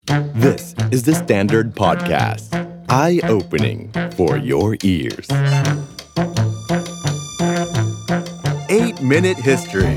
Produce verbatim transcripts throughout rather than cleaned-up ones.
This is the Standard Podcast. Eye-opening for your ears. eight minute History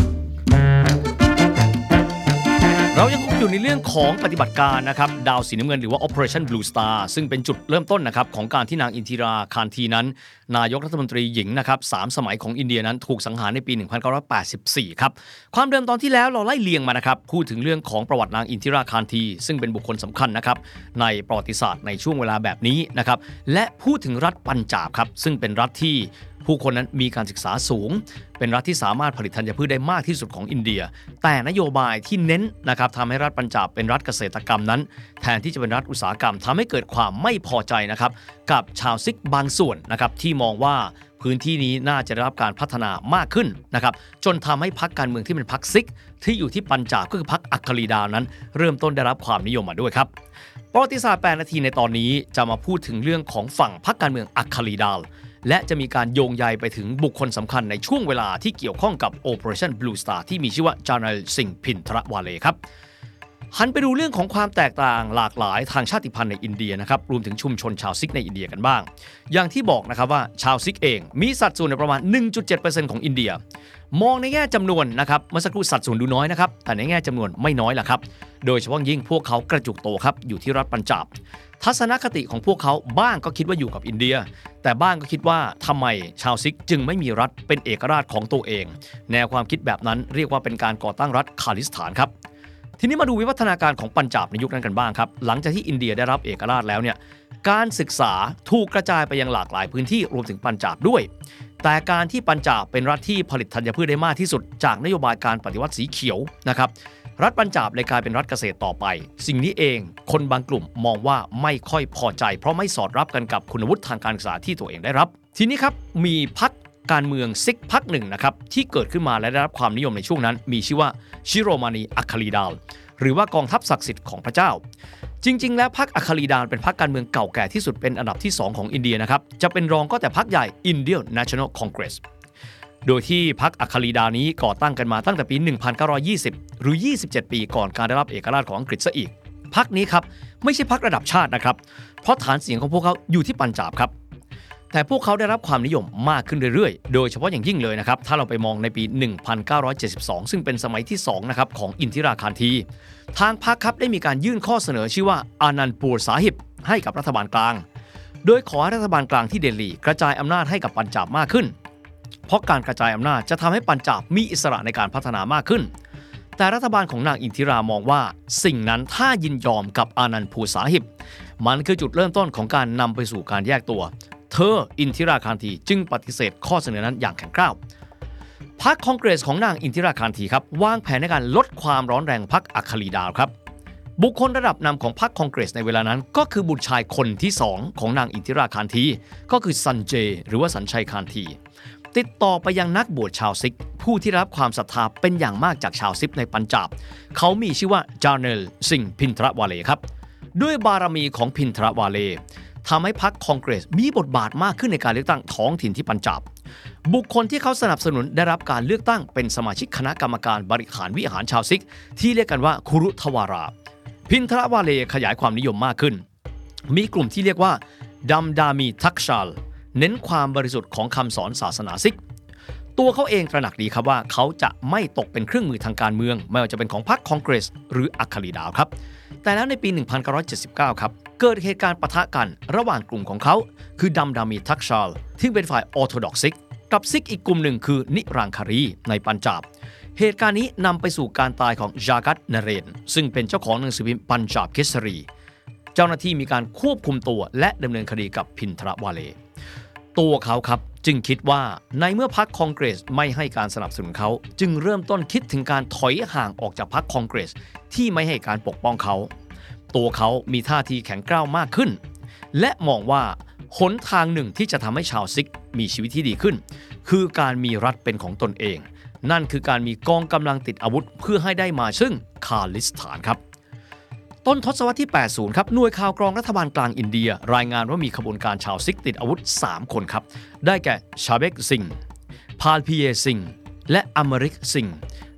เรายังคงอยู่ในเรื่องของปฏิบัติการนะครับดาวสีน้ำเงินหรือว่า Operation Blue Star ซึ่งเป็นจุดเริ่มต้นนะครับของการที่นางอินทิราคารธีนั้นนายกรัฐมนตรีหญิงนะครับสามสมัยของอินเดียนั้นถูกสังหารในปีหนึ่งพันเก้าร้อยแปดสิบสี่ครับความเดิมตอนที่แล้วเราไล่เลียงมานะครับพูดถึงเรื่องของประวัตินางอินทิราคารธีซึ่งเป็นบุคคลสำคัญนะครับในประวัติศาสตร์ในช่วงเวลาแบบนี้นะครับและพูดถึงรัฐปัญจาบครับซึ่งเป็นรัฐที่ผู้คนนั้นมีการศึกษาสูงเป็นรัฐที่สามารถผลิตธัญพืชได้มากที่สุดของอินเดียแต่นโยบายที่เน้นนะครับทำให้รัฐปัญจาบเป็นรัฐเกษตรกรรมนั้นแทนที่จะเป็นรัฐอุตสาหกรรมทำให้เกิดความไม่พอใจนะครับกับชาวซิกบางส่วนนะครับที่มองว่าพื้นที่นี้น่าจะได้รับการพัฒนามากขึ้นนะครับจนทำให้พรรคการเมืองที่เป็นพรรคซิกที่อยู่ที่ปัญจาบก็คือพรรคอัคคลีดานั้นเริ่มต้นได้รับความนิยมมาด้วยครับประวัติศาสตร์แปดนาทีในตอนนี้จะมาพูดถึงเรื่องของฝั่งพรรคการเมืองอัคคลีดาและจะมีการโยงใยไปถึงบุคคลสำคัญในช่วงเวลาที่เกี่ยวข้องกับ Operation Blue Star ที่มีชื่อว่าจาร์เนลสิงห์พินทรวาเลครับหันไปดูเรื่องของความแตกต่างหลากหลายทางชาติพันธุ์ในอินเดียนะครับรวมถึงชุมชนชาวซิกในอินเดียกันบ้างอย่างที่บอกนะครับว่าชาวซิกเองมีสัดส่วนในประมาณ หนึ่งจุดเจ็ดเปอร์เซ็นต์ ของอินเดียมองในแง่จำนวนนะครับเมื่อสักครู่สัดส่วนดูน้อยนะครับแต่ในแง่จำนวนไม่น้อยล่ะครับโดยเฉพาะยิ่งพวกเขากระจุกโตครับอยู่ที่รัฐปัญจาบทัศนคติของพวกเขาบ้างก็คิดว่าอยู่กับอินเดียแต่บ้างก็คิดว่าทำไมชาวซิกจึงไม่มีรัฐเป็นเอกราชของตัวเองแนวความคิดแบบนั้นเรียกว่าเป็นการก่อตั้งรัฐคาลิสถานครับทีนี้มาดูวิวัฒนาการของปัญจาบในยุคนั้นกันบ้างครับหลังจากที่อินเดียได้รับเอกราชแล้วเนี่ยการศึกษาถูกกระจายไปยังหลากหลายพื้นที่รวมถึงปัญจาบด้วยแต่การที่ปัญจาบเป็นรัฐที่ผลิตธัญพืชได้มากที่สุดจากนโยบายการปฏิวัติสีเขียวนะครับรัฐปัญจาบเลยกลายเป็นรัฐเกษตรต่อไปสิ่งนี้เองคนบางกลุ่มมองว่าไม่ค่อยพอใจเพราะไม่สอดรับกันกับคุณวุฒิทางการศึกษาที่ตัวเองได้รับทีนี้ครับมีพรรคการเมืองซิกพรรคหนึ่งนะครับที่เกิดขึ้นมาและได้รับความนิยมในช่วงนั้นมีชื่อว่าชิโรมานีอัคคลีดาลหรือว่ากองทัพศักดิ์สิทธิ์ของพระเจ้าจริงๆแล้วพรรคอัคคลีดาลเป็นพรรคการเมืองเก่าแก่ที่สุดเป็นอันดับที่สองของอินเดียนะครับจะเป็นรองก็แต่พรรคใหญ่ Indian National Congress โดยที่พรรคอัคคลีดานี้ก่อตั้งกันมาตั้งแต่ปี หนึ่งพันเก้าร้อยยี่สิบ หรือ ยี่สิบเจ็ด ปีก่อนการได้รับเอกราชของอังกฤษซะอีกพรรคนี้ครับไม่ใช่พรรคระดับชาตินะครับเพราะฐานเสียงของพวกเขาอยู่ที่ปัญจาบครับแต่พวกเขาได้รับความนิยมมากขึ้นเรื่อยๆโดยเฉพาะอย่างยิ่งเลยนะครับถ้าเราไปมองในปี หนึ่งพันเก้าร้อยเจ็ดสิบสอง ซึ่งเป็นสมัยที่สองนะครับของอินทิราคารธีทางพรรคครับได้มีการยื่นข้อเสนอชื่อว่าอานันต์ปูรสาหิบให้กับรัฐบาลกลางโดยขอให้รัฐบาลกลางที่เดลีกระจายอำนาจให้กับปัญจาบมากขึ้นเพราะการกระจายอำนาจจะทำให้ปัญจาบมีอิสระในการพัฒนามากขึ้นแต่รัฐบาลของนางอินทิรามองว่าสิ่งนั้นถ้ายินยอมกับอานันต์ปูรสาหิบมันคือจุดเริ่มต้นของการนำไปสู่การแยกตัวเธออินทิราคารธีจึงปฏิเสธข้อเสนอนั้นอย่างแข็งกร้าวพรรคคองเกรสของนางอินทิราคารธีครับวางแผนในการลดความร้อนแรงพรรคอัคคลีดาลครับบุคคลระดับนำของพรรคคองเกรสในเวลานั้นก็คือบุตรชายคนที่สองของนางอินทิราคารธีก็คือซันเจหรือว่าสัญชัยคารธีติดต่อไปยังนักบวชชาวซิกผู้ที่รับความศรัทธาเป็นอย่างมากจากชาวซิกในปัญจาบเขามีชื่อว่าจาร์เนลสิงห์พินทรวาเลครับด้วยบารมีของพินทรวาเลทำให้พรรคคองเกรสมีบทบาทมากขึ้นในการเลือกตั้งท้องถิ่นที่ปัญจาบบุคคลที่เขาสนับสนุนได้รับการเลือกตั้งเป็นสมาชิกคณะกรรมการบริหารวิหารชาวซิกที่เรียกกันว่าคุรุทวาราพินทรวาเลขยายความนิยมมากขึ้นมีกลุ่มที่เรียกว่าดัมดามีทักชาลเน้นความบริสุทธิ์ของคำสอนศาสนาซิกตัวเขาเองตระหนักดีครับว่าเขาจะไม่ตกเป็นเครื่องมือทางการเมืองไม่ว่าจะเป็นของพรรคคองเกรสหรืออัคคลีดาลครับแต่แล้วในปี หนึ่งพันเก้าร้อยเจ็ดสิบเก้า ครับเกิดเหตุการณ์ปะทะกันระหว่างกลุ่มของเขาคือดัมดามีทักชาลที่เป็นฝ่ายออร์โธดอกซิกกับซิกอีกกลุ่มหนึ่งคือนิรังคารีในปัญจาบเหตุการณ์นี้นำไปสู่การตายของจากัตนเรนซึ่งเป็นเจ้าของหนังสือพิมพ์ปัญจาบเคสรีเจ้าหน้าที่มีการควบคุมตัวและดำเนินคดีกับพินทรวาเลตัวเขาครับจึงคิดว่าในเมื่อพรรคคองเกรสไม่ให้การสนับสนุนเขาจึงเริ่มต้นคิดถึงการถอยห่างออกจากพรรคคองเกรสที่ไม่ให้การปกป้องเขาตัวเขามีท่าทีแข็งกร้าวมากขึ้นและมองว่าหนทางหนึ่งที่จะทำให้ชาวซิกมีชีวิตที่ดีขึ้นคือการมีรัฐเป็นของตนเองนั่นคือการมีกองกำลังติดอาวุธเพื่อให้ได้มาซึ่งคาลิสถานครับต้นทศวรรษที่แปดสิบครับหน่วยข่าวกรองรัฐบาลกลางอินเดียรายงานว่ามีขบวนการชาวซิกติดอาวุธสามคนครับได้แก่ชาเบกซิงห์พาลพีเยซิงห์และอมริกซิงห์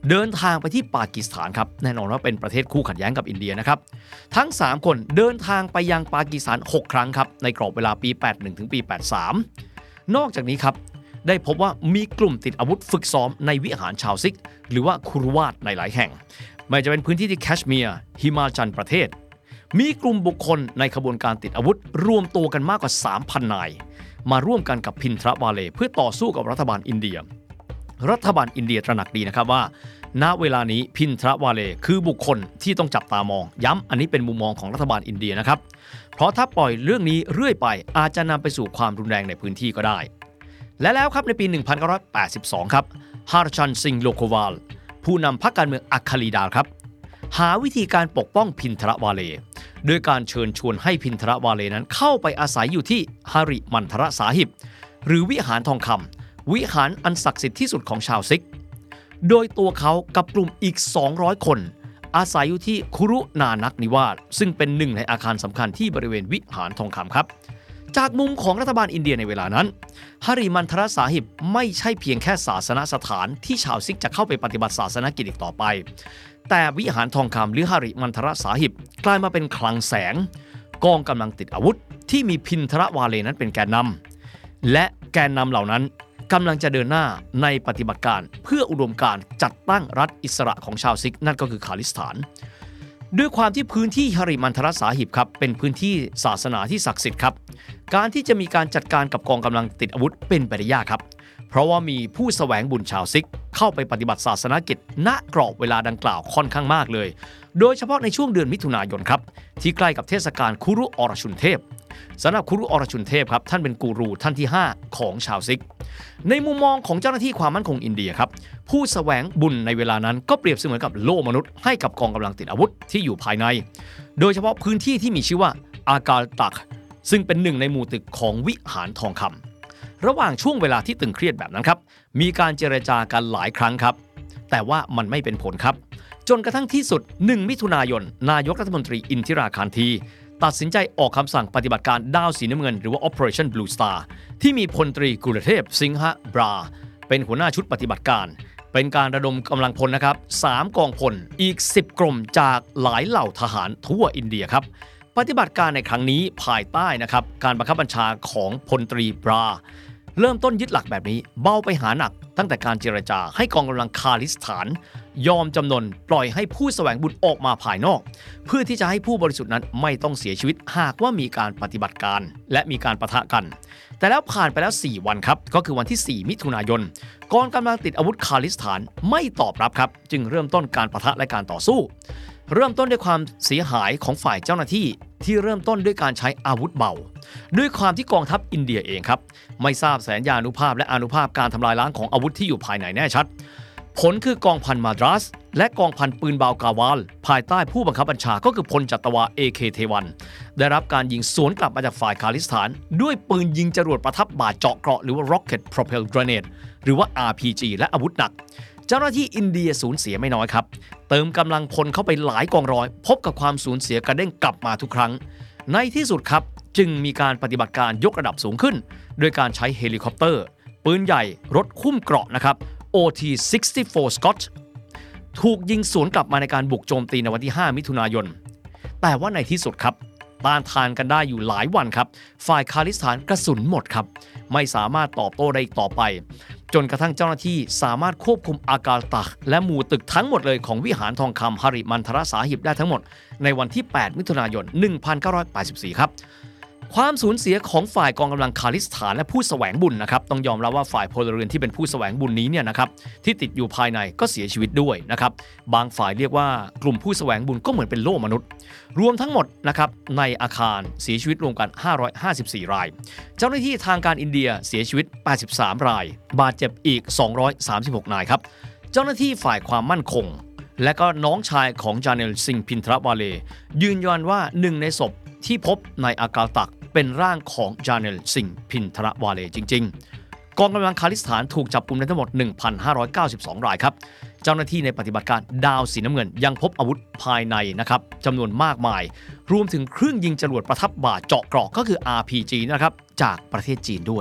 เดินทางไปที่ปากีสถานครับแน่นอนว่าเป็นประเทศคู่ขัดแย้งกับอินเดียนะครับทั้งสามคนเดินทางไปยังปากีสถานหกครั้งครับในกรอบเวลาปีแปดสิบเอ็ดถึงปีแปดสิบสามนอกจากนี้ครับได้พบว่ามีกลุ่มติดอาวุธฝึกซ้อมในวิหารชาวซิกหรือว่าคุรวาดในหลายแห่งไม่จะเป็นพื้นที่ที่แคชเมียร์ฮิมาจัลประเทศมีกลุ่มบุคคลในขบวนการติดอาวุธรวมตัวกันมากกว่า สามพัน นายมาร่วมกันกับพินทรวาเลเพื่อต่อสู้กับรัฐบาลอินเดียรัฐบาลอินเดียตระหนักดีนะครับว่าณเวลานี้พินทรวาเลคือบุคคลที่ต้องจับตามองย้ำอันนี้เป็นมุมมองของรัฐบาลอินเดียนะครับเพราะถ้าปล่อยเรื่องนี้เรื่อยไปอาจจะนำไปสู่ความรุนแรงในพื้นที่ก็ได้และแล้วครับในปีหนึ่งพันเก้าร้อยแปดสิบสองครับฮาร์ชันซิงห์โลโควาลผู้นำพรรคการเมืองอัคคลีดาลครับหาวิธีการปกป้องพินทรวาเลโดยการเชิญชวนให้พินทรวาเลนั้นเข้าไปอาศัยอยู่ที่ฮาริมันทรสาหิบหรือวิหารทองคำวิหารอันศักดิ์สิทธิ์ที่สุดของชาวซิกโดยตัวเขากับกลุ่มอีกสองร้อยคนอาศัยอยู่ที่คุรุนานักนิวาสซึ่งเป็นหนึ่งในอาคารสำคัญที่บริเวณวิหารทองคำครับจากมุมของรัฐบาลอินเดียในเวลานั้นฮาริมันทรสาหิบไม่ใช่เพียงแค่ศาสนสถานที่ชาวซิกจะเข้าไปปฏิบัติศาสนกิจอีกต่อไปแต่วิหารทองคำหรือฮาริมันทรสาหิบกลายมาเป็นคลังแสงกองกำลังติดอาวุธที่มีพินทรวาเลนั้นเป็นแกนนำและแกนนำเหล่านั้นกำลังจะเดินหน้าในปฏิบัติการเพื่ออุดมการณ์จัดตั้งรัฐอิสระของชาวซิกนั่นก็คือคาลิสถานด้วยความที่พื้นที่ฮาริมันทรสาหิบครับเป็นพื้นที่ศาสนาที่ศักดิ์สิทธิ์ครับการที่จะมีการจัดการกับกองกำลังติดอาวุธเป็นไปได้ยากครับเพราะว่ามีผู้แสวงบุญชาวซิกเข้าไปปฏิบัติศาสนกิจณกรอบเวลาดังกล่าวค่อนข้างมากเลยโดยเฉพาะในช่วงเดือนมิถุนายนครับที่ใกล้กับเทศกาลคุรุอรชุนเทพสำหรับคุรุอรชุนเทพครับท่านเป็นกูรูท่านที่ห้าของชาวซิกในมุมมองของเจ้าหน้าที่ความมั่นคงอินเดียครับผู้แสวงบุญในเวลานั้นก็เปรียบเสมือนกับโล่มนุษย์ให้กับกองกำลังติดอาวุธที่อยู่ภายในโดยเฉพาะพื้นที่ที่มีชื่อว่าอากาลตักซึ่งเป็นหนึ่งในหมู่ตึกของวิหารทองคำระหว่างช่วงเวลาที่ตึงเครียดแบบนั้นครับมีการเจรจากันหลายครั้งครับแต่ว่ามันไม่เป็นผลครับจนกระทั่งที่สุดหนึ่งมิถุนายนนายกรัฐมนตรีอินทิราคารทีตัดสินใจออกคำสั่งปฏิบัติการดาวสีน้ำเงินหรือว่า Operation Blue Star ที่มีพลตรีกุลเทพสิงหบราเป็นหัวหน้าชุดปฏิบัติการเป็นการระดมกำลังพลนะครับสามกองพลอีกสิบกรมจากหลายเหล่าทหารทั่วอินเดียครับปฏิบัติการในครั้งนี้ภายใต้นะครับการบังคับบัญชาของพลตรีบราเริ่มต้นยึดหลักแบบนี้เบาไปหาหนักตั้งแต่การเจรจาให้กองกำลังคาลิสถานยอมจำนนปล่อยให้ผู้แสวงบุญออกมาภายนอกเพื่อที่จะให้ผู้บริสุทธิ์นั้นไม่ต้องเสียชีวิตหากว่ามีการปฏิบัติการและมีการปะทะกันแต่แล้วผ่านไปแล้วสี่วันครับก็คือวันที่สี่มิถุนายนกองกำลังติดอาวุธคาลิสถานไม่ตอบรับครับจึงเริ่มต้นการปะทะและการต่อสู้เริ่มต้นด้วยความเสียหายของฝ่ายเจ้าหน้าที่ที่เริ่มต้นด้วยการใช้อาวุธเบาด้วยความที่กองทัพอินเดียเองครับไม่ทราบแสนยานุภาพและอานุภาพการทำลายล้างของอาวุธที่อยู่ภายในแน่ชัดผลคือกองพันมาดรัสและกองพันปืนเบากาวาลภายใต้ผู้บังคับบัญชาก็คือพลจัตวา เอ เค เทวันได้รับการยิงสวนกลับมาจากฝ่ายคาลิสถานด้วยปืนยิงจรวดประทับบาดเจาะเกราะหรือว่า Rocket Propelled Grenade หรือว่า อาร์ พี จี และอาวุธหนักเจ้าหน้าที่อินเดียสูญเสียไม่น้อยครับเติมกำลังพลเข้าไปหลายกองร้อยพบกับความสูญเสียกระเด้งกลับมาทุกครั้งในที่สุดครับจึงมีการปฏิบัติการยกระดับสูงขึ้นโดยการใช้เฮลิคอปเตอร์ปืนใหญ่รถหุ้มเกราะนะครับ โอ ที หกสิบสี่ Scott ถูกยิงสวนกลับมาในการบุกโจมตีในวันที่ห้ามิถุนายนแต่ว่าในที่สุดครับต้านทานกันได้อยู่หลายวันครับฝ่ายคาลิสถานกระสุนหมดครับไม่สามารถตอบโต้ได้อีกต่อไปจนกระทั่งเจ้าหน้าที่สามารถควบคุมอากาลตักและหมู่ตึกทั้งหมดเลยของวิหารทองคำฮาริมันทรสาหิบได้ทั้งหมดในวันที่แปดมิถุนายนหนึ่งพันเก้าร้อยแปดสิบสี่ครับความสูญเสียของฝ่ายกองกำลังคาลิสถานและผู้แสวงบุญนะครับต้องยอมรับว่าฝ่ายพลเรือนที่เป็นผู้แสวงบุญนี้เนี่ยนะครับที่ติดอยู่ภายในก็เสียชีวิตด้วยนะครับบางฝ่ายเรียกว่ากลุ่มผู้แสวงบุญก็เหมือนเป็นโล่มนุษย์รวมทั้งหมดนะครับในอาคารเสียชีวิตรวมกันห้าร้อยห้าสิบสี่รายเจ้าหน้าที่ทางการอินเดียเสียชีวิตแปดสิบสามรายบาดเจ็บอีกสองร้อยสามสิบหกนายครับเจ้าหน้าที่ฝ่ายความมั่นคงและก็น้องชายของจาเนลซิงห์พินทรวาเลยืนยันว่าหนึ่งในศพที่พบในอากาลตักเป็นร่างของจาเนลซิงห์พินทรวาเลจริงๆกองกำลังคาลิสถานถูกจับกุมได้ทั้งหมด หนึ่งพันห้าร้อยเก้าสิบสอง รายครับเจ้าหน้าที่ในปฏิบัติการดาวสีน้ำเงินยังพบอาวุธภายในนะครับจำนวนมากมายรวมถึงเครื่องยิงจรวดประทับบาดเจาะเกราะก็คือ อาร์ พี จี นะครับจากประเทศจีนด้วย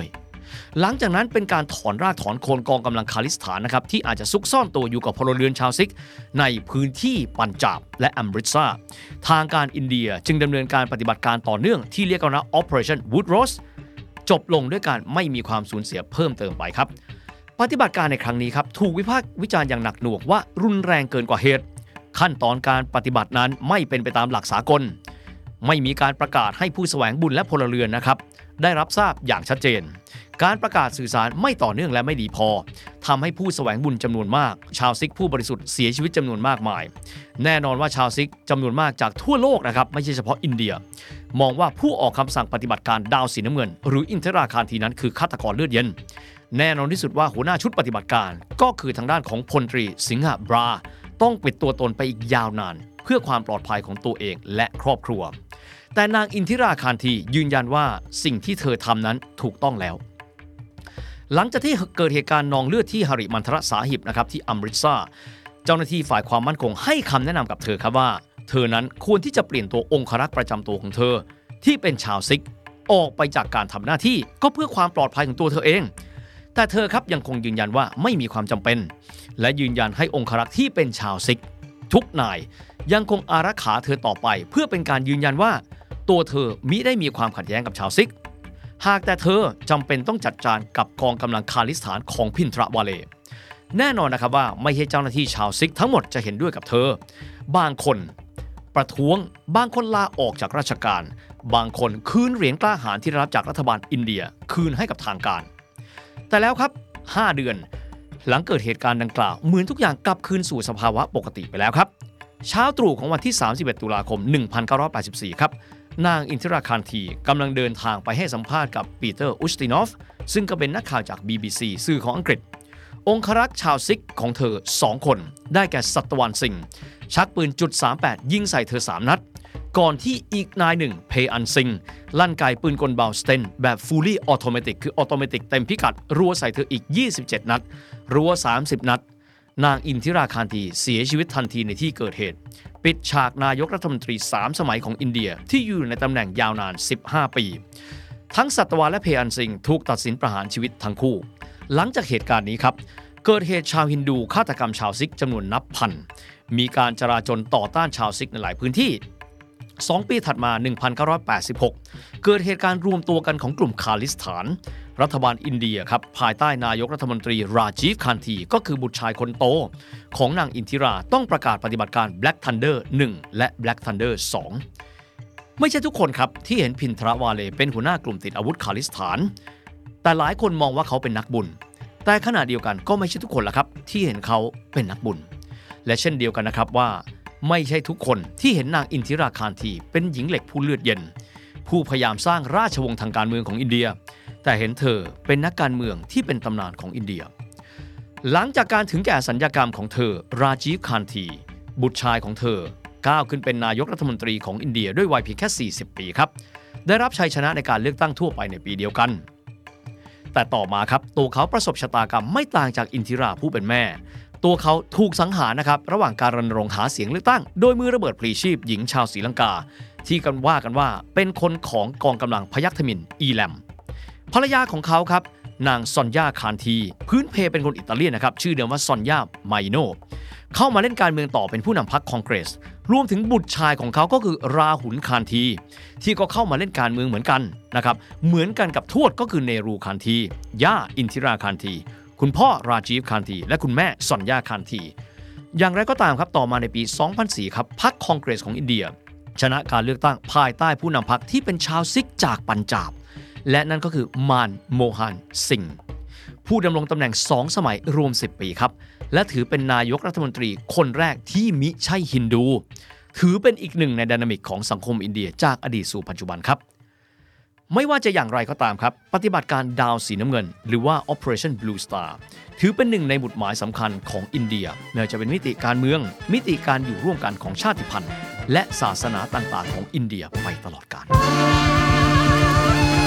หลังจากนั้นเป็นการถอนรากถอนโคนกองกำลังคาลิสถานนะครับที่อาจจะซุกซ่อนตัวอยู่กับพลเรือนชาวซิกในพื้นที่ปัญจาบและอัมริตซาร์ทางการอินเดียจึงดำเนินการปฏิบัติการต่อเนื่องที่เรียกกันว่า Operation Woodrose จบลงด้วยการไม่มีความสูญเสียเพิ่มเติมไปครับปฏิบัติการในครั้งนี้ครับถูกวิพากษ์วิจารณ์อย่างหนักหน่วงว่ารุนแรงเกินกว่าเหตุขั้นตอนการปฏิบัตินั้นไม่เป็นไปตามหลักสากลไม่มีการประกาศให้ผู้แสวงบุญและพลเรือนนะครับได้รับทราบอย่างชัดเจนการประกาศสื่อสารไม่ต่อเนื่องและไม่ดีพอทำให้ผู้แสวงบุญจำนวนมากชาวซิกผู้บริสุทธิ์เสียชีวิตจำนวนมากมายแน่นอนว่าชาวซิกจำนวนมากจากทั่วโลกนะครับไม่ใช่เฉพาะอินเดียมองว่าผู้ออกคำสั่งปฏิบัติการดาวสีน้ำเงินหรืออินทิราคารทีนั้นคือฆาตกรเลือดเย็นแน่นอนที่สุดว่าหัวหน้าชุดปฏิบัติการก็คือทางด้านของพลตรีสิงหบราต้องปิดตัวตนไปอีกยาวนานเพื่อความปลอดภัยของตัวเองและครอบครัวแต่นางอินทิราคารทียืนยันว่าสิ่งที่เธอทำนั้นถูกต้องแล้วหลังจากที่เกิดเหตุการณ์นองเลือดที่หริมันทรสาหิบนะครับที่อัมริตซาร์เจ้าหน้าที่ฝ่ายความมั่นคงให้คำแนะนำกับเธอครับว่าเธอนั้นควรที่จะเปลี่ยนตัวองครักษ์ประจำตัวของเธอที่เป็นชาวซิกออกไปจากการทำหน้าที่ก็เพื่อความปลอดภัยของตัวเธอเองแต่เธอครับยังคงยืนยันว่าไม่มีความจำเป็นและยืนยันให้องครักษ์ที่เป็นชาวซิกทุกนายยังคงอารักขาเธอต่อไปเพื่อเป็นการยืนยันว่าตัวเธอมิได้มีความขัดแย้งกับชาวซิกหากแต่เธอจำเป็นต้องจัดการกับกองกำลังคาลิสถานของพินทรวาเลแน่นอนนะครับว่าไม่ใช่เจ้าหน้าที่ชาวซิกทั้งหมดจะเห็นด้วยกับเธอบางคนประท้วงบางคนลาออกจากราชการบางคนคืนเหรียญกล้าหาญที่ได้รับจากรัฐบาลอินเดียคืนให้กับทางการแต่แล้วครับห้าเดือนหลังเกิดเหตุการณ์ดังกล่าวเหมือนทุกอย่างกลับคืนสู่สภาวะปกติไปแล้วครับเช้าตรู่ของวันที่สามสิบเอ็ดตุลาคมหนึ่งพันเก้าร้อยแปดสิบสี่ครับนางอินทิราคารทีกำลังเดินทางไปให้สัมภาษณ์กับปีเตอร์อุสตินอฟซึ่งก็เป็นนักข่าวจาก บี บี ซี สื่อของอังกฤษองครักษ์ชาวซิกของเธอสองคนได้แก่สัตวันซิงชักปืนจุดสามแปดยิงใส่เธอสามนัดก่อนที่อีกนายหนึ่งเพอันซิงลั่นไกปืนกลเบาสเตนแบบ fully automatic คือออโตเมติกเต็มพิกัดรัวใส่เธออีกยี่สิบเจ็ดนัดรัวสามสิบนัดนางอินทิราคารทีเสียชีวิตทันทีในที่เกิดเหตุปิดฉากนายกรัฐมนตรีสามสมัยของอินเดียที่อยู่ในตำแหน่งยาวนานสิบห้าปีทั้งสัตวาและเพอันซิงถูกตัดสินประหารชีวิตทั้งคู่หลังจากเหตุการณ์นี้ครับเกิดเหตุชาวฮินดูฆาตกรรมชาวซิกจำนวนนับพันมีการจราจรต่อต้านชาวซิกในหลายพื้นที่สองปีถัดมาหนึ่งพันเก้าร้อยแปดสิบหกเกิดเหตุการณ์รวมตัวกันของกลุ่มคาลิสถานรัฐบาลอินเดียครับภายใต้นายกรัฐมนตรีราจีฟคานทีก็คือบุตรชายคนโตของนางอินทิราต้องประกาศปฏิบัติการ Black Thunder หนึ่งและ Black Thunder สองไม่ใช่ทุกคนครับที่เห็นพินทรวาเลเป็นหัวหน้ากลุ่มติดอาวุธคาลิสถานแต่หลายคนมองว่าเขาเป็นนักบุญแต่ขณะเดียวกันก็ไม่ใช่ทุกคนละครับที่เห็นเขาเป็นนักบุญและเช่นเดียวกันนะครับว่าไม่ใช่ทุกคนที่เห็นนางอินทิราคารทีเป็นหญิงเหล็กผู้เลือดเย็นผู้พยายามสร้างราชวงศ์ทางการเมืองของอินเดียแต่เห็นเธอเป็นนักการเมืองที่เป็นตำนานของอินเดียหลังจากการถึงแก่สัญญากรรมของเธอราจีฟคานทีบุตรชายของเธอก้าวขึ้นเป็นนายกรัฐมนตรีของอินเดียด้วยวัยเพียงแค่สี่สิบปีครับได้รับชัยชนะในการเลือกตั้งทั่วไปในปีเดียวกันแต่ต่อมาครับตัวเขาประสบชะตากรรมไม่ต่างจากอินทิราผู้เป็นแม่ตัวเขาถูกสังหารนะครับระหว่างการรณรงค์หาเสียงเลือกตั้งโดยมือระเบิดพลีชีพหญิงชาวศรีลังกาที่กันว่ากันว่าเป็นคนของกองกำลังพยัคฆ์ทมิฬอีแลมภรรยาของเขาครับนางซอนยาคานทีพื้นเพเป็นคนอิตาเลียนนะครับชื่อเดิมว่าซอนยาไมโนเข้ามาเล่นการเมืองต่อเป็นผู้นำพรรคคองเกรสรวมถึงบุตรชายของเขาก็คือราหุลคานทีที่ก็เข้ามาเล่นการเมืองเหมือนกันนะครับเหมือนกันกับทวดก็คือเนรูคานทีย่าอินทิราคานทีคุณพ่อราจีฟคานทีและคุณแม่ซอนยาคานทีอย่างไรก็ตามครับต่อมาในปีสองพันสี่ครับพรรคคองเกรสของอินเดียชนะการเลือกตั้งภายใต้ผู้นำพรรคที่เป็นชาวซิกจากปัญจาบและนั่นก็คือมานโมฮันซิงห์ผู้ดำรงตำแหน่งสองสมัยรวมสิบปีครับและถือเป็นนายกรัฐมนตรีคนแรกที่มิใช่ฮินดูถือเป็นอีกหนึ่งในไดนามิกของสังคมอินเดียจากอดีตสู่ปัจจุบันครับไม่ว่าจะอย่างไรก็ตามครับปฏิบัติการดาวสีน้ำเงินหรือว่า Operation Blue Star ถือเป็นหนึ่งในหมุดหมายสำคัญของอินเดียไม่ว่าจะเป็นมิติการเมืองมิติการอยู่ร่วมกันของชาติพันธุ์และศาสนาต่างๆของอินเดียไปตลอดกาล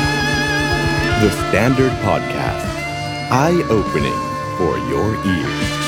The Standard Podcast Eye Opening for your ears